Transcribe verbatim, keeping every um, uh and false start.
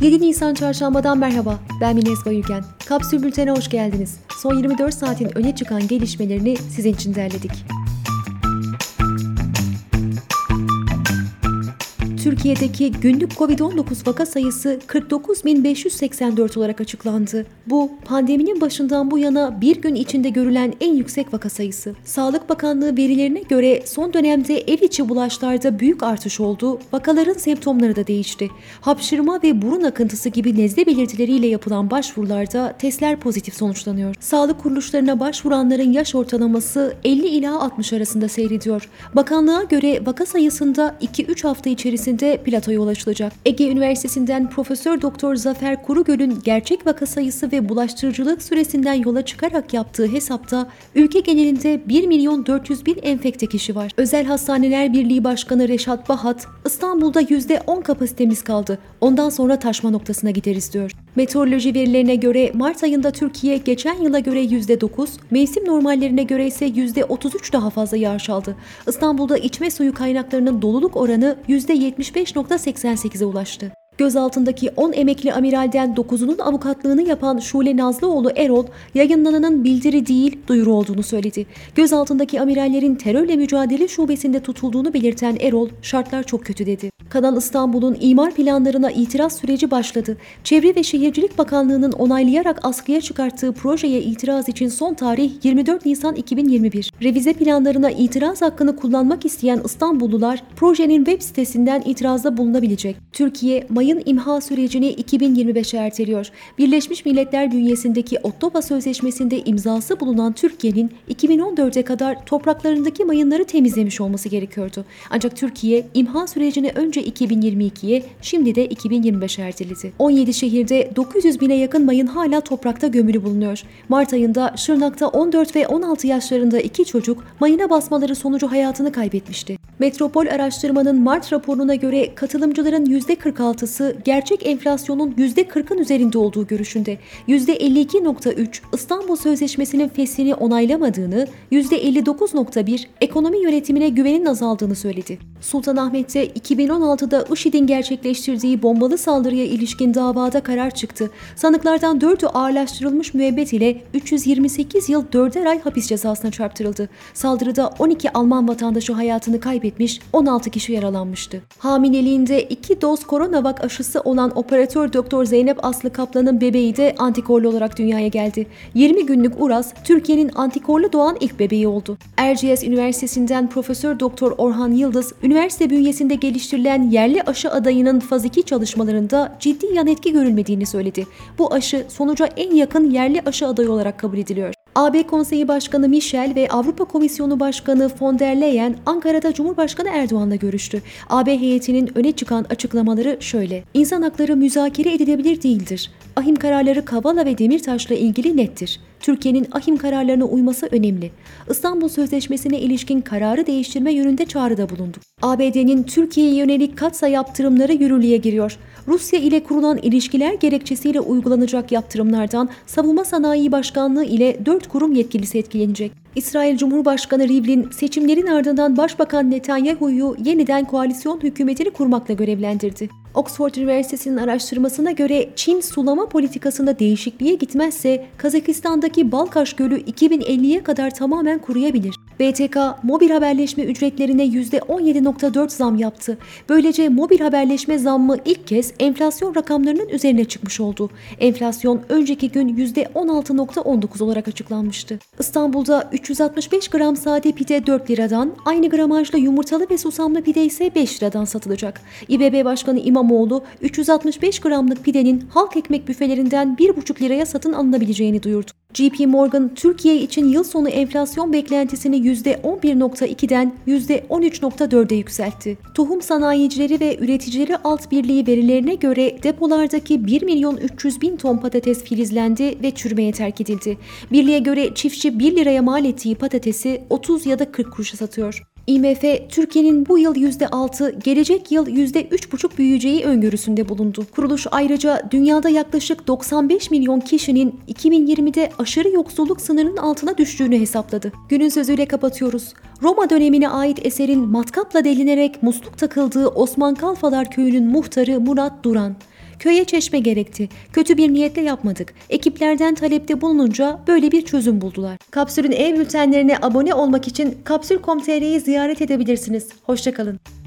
yedi Nisan Çarşamba'dan merhaba, ben Minez Bayülgen. Kapsül Bülten'e hoş geldiniz. Son yirmi dört saatin öne çıkan gelişmelerini sizin için derledik. Türkiye'deki günlük kovid on dokuz vaka sayısı kırk dokuz bin beş yüz seksen dört olarak açıklandı. Bu, pandeminin başından bu yana bir gün içinde görülen en yüksek vaka sayısı. Sağlık Bakanlığı verilerine göre son dönemde ev içi bulaşlarda büyük artış oldu, vakaların semptomları da değişti. Hapşırma ve burun akıntısı gibi nezle belirtileriyle yapılan başvurularda testler pozitif sonuçlanıyor. Sağlık kuruluşlarına başvuranların yaş ortalaması elli ila altmış arasında seyrediyor. Bakanlığa göre vaka sayısında iki üç hafta içerisinde platoya ulaşılacak. Ege Üniversitesi'nden Profesör Doktor Zafer Kurugöl'ün gerçek vaka sayısı ve bulaştırıcılık süresinden yola çıkarak yaptığı hesapta ülke genelinde bir milyon dört yüz bin enfekte kişi var. Özel Hastaneler Birliği Başkanı Reşat Bahat, İstanbul'da yüzde on kapasitemiz kaldı. Ondan sonra taşma noktasına gideriz diyor. Meteoroloji verilerine göre Mart ayında Türkiye geçen yıla göre yüzde dokuz, mevsim normallerine göre ise yüzde otuz üç daha fazla yağış aldı. İstanbul'da içme suyu kaynaklarının doluluk oranı yüzde yetmiş beş virgül seksen sekize ulaştı. Gözaltındaki on emekli amiralden dokuzunun avukatlığını yapan Şule Nazlıoğlu Erol, yayınlananın bildiri değil, duyuru olduğunu söyledi. Gözaltındaki amirallerin terörle mücadele şubesinde tutulduğunu belirten Erol, şartlar çok kötü dedi. Kanal İstanbul'un imar planlarına itiraz süreci başladı. Çevre ve Şehircilik Bakanlığı'nın onaylayarak askıya çıkarttığı projeye itiraz için son tarih yirmi dört Nisan iki bin yirmi bir. Revize planlarına itiraz hakkını kullanmak isteyen İstanbullular, projenin web sitesinden itirazda bulunabilecek. Türkiye, mayın imha sürecini iki bin yirmi beşe erteliyor. Birleşmiş Milletler bünyesindeki Ottoba Sözleşmesi'nde imzası bulunan Türkiye'nin iki bin on dörde kadar topraklarındaki mayınları temizlemiş olması gerekiyordu. Ancak Türkiye imha sürecini önce iki bin yirmi ikiye, şimdi de iki bin yirmi beşe erteledi. on yedi şehirde dokuz yüz bine yakın mayın hala toprakta gömülü bulunuyor. Mart ayında Şırnak'ta on dört ve on altı yaşlarında iki çocuk mayına basmaları sonucu hayatını kaybetmişti. Metropol Araştırma'nın Mart raporuna göre katılımcıların yüzde kırk altısı gerçek enflasyonun yüzde kırkın üzerinde olduğu görüşünde. yüzde elli iki virgül üç İstanbul Sözleşmesi'nin feslini onaylamadığını, yüzde elli dokuz virgül bir ekonomi yönetimine güvenin azaldığını söyledi. Sultanahmet'te iki bin on altıda IŞİD'in gerçekleştirdiği bombalı saldırıya ilişkin davada karar çıktı. Sanıklardan dördü ağırlaştırılmış müebbet ile üç yüz yirmi sekiz yıl dörder ay hapis cezasına çarptırıldı. Saldırıda on iki Alman vatandaşı hayatını kaybetmiş, on altı kişi yaralanmıştı. Hamileliğinde iki doz koronavak aşısı olan operatör Doktor Zeynep Aslı Kaplan'ın bebeği de antikorlu olarak dünyaya geldi. yirmi günlük Uras, Türkiye'nin antikorlu doğan ilk bebeği oldu. Erciyes Üniversitesi'nden Profesör Doktor Orhan Yıldız, üniversite bünyesinde geliştirilen yerli aşı adayının faz iki çalışmalarında ciddi yan etki görülmediğini söyledi. Bu aşı sonuca en yakın yerli aşı adayı olarak kabul ediliyor. A B Konseyi Başkanı Michel ve Avrupa Komisyonu Başkanı von der Leyen Ankara'da Cumhurbaşkanı Erdoğan'la görüştü. A B heyetinin öne çıkan açıklamaları şöyle: İnsan hakları müzakere edilebilir değildir. Ahim kararları Kavala ve Demirtaş'la ilgili nettir. Türkiye'nin ahim kararlarına uyması önemli. İstanbul Sözleşmesi'ne ilişkin kararı değiştirme yönünde çağrıda bulunduk. A B D'nin Türkiye'ye yönelik katsa yaptırımları yürürlüğe giriyor. Rusya ile kurulan ilişkiler gerekçesiyle uygulanacak yaptırımlardan Savunma Sanayi Başkanlığı ile dört kurum yetkilisi etkilenecek. İsrail Cumhurbaşkanı Rivlin, seçimlerin ardından Başbakan Netanyahu'yu yeniden koalisyon hükümetini kurmakla görevlendirdi. Oxford Üniversitesi'nin araştırmasına göre Çin sulama politikasında değişikliğe gitmezse Kazakistan'daki Balkaş Gölü iki bin elliye kadar tamamen kuruyabilir. B T K, mobil haberleşme ücretlerine yüzde on yedi virgül dört zam yaptı. Böylece mobil haberleşme zammı ilk kez enflasyon rakamlarının üzerine çıkmış oldu. Enflasyon önceki gün yüzde on altı virgül on dokuz olarak açıklanmıştı. İstanbul'da üç yüz altmış beş gram sade pide dört liradan, aynı gramajlı yumurtalı ve susamlı pide ise beş liradan satılacak. İBB Başkanı İmamoğlu, üç yüz altmış beş gramlık pidenin halk ekmek büfelerinden bir buçuk liraya satın alınabileceğini duyurdu. J P Morgan, Türkiye için yıl sonu enflasyon beklentisini yüzde on bir virgül ikiden yüzde on üç virgül dörde yükseltti. Tohum Sanayicileri ve Üreticileri Alt Birliği verilerine göre depolardaki bir milyon üç yüz bin ton patates filizlendi ve çürümeye terk edildi. Birliğe göre çiftçi bir liraya mal ettiği patatesi otuz ya da kırk kuruşa satıyor. I M F, Türkiye'nin bu yıl yüzde altı, gelecek yıl yüzde üç buçuk büyüyeceği öngörüsünde bulundu. Kuruluş ayrıca dünyada yaklaşık doksan beş milyon kişinin iki bin yirmide aşırı yoksulluk sınırının altına düştüğünü hesapladı. Günün sözüyle kapatıyoruz. Roma dönemine ait eserin matkapla delinerek musluk takıldığı Osman Kalfalar Köyü'nün muhtarı Murat Duran. Köye çeşme gerekti. Kötü bir niyetle yapmadık. Ekiplerden talepte bulununca böyle bir çözüm buldular. Kapsül'ün e-bültenlerine abone olmak için kapsül nokta com nokta tr'yi ziyaret edebilirsiniz. Hoşça kalın.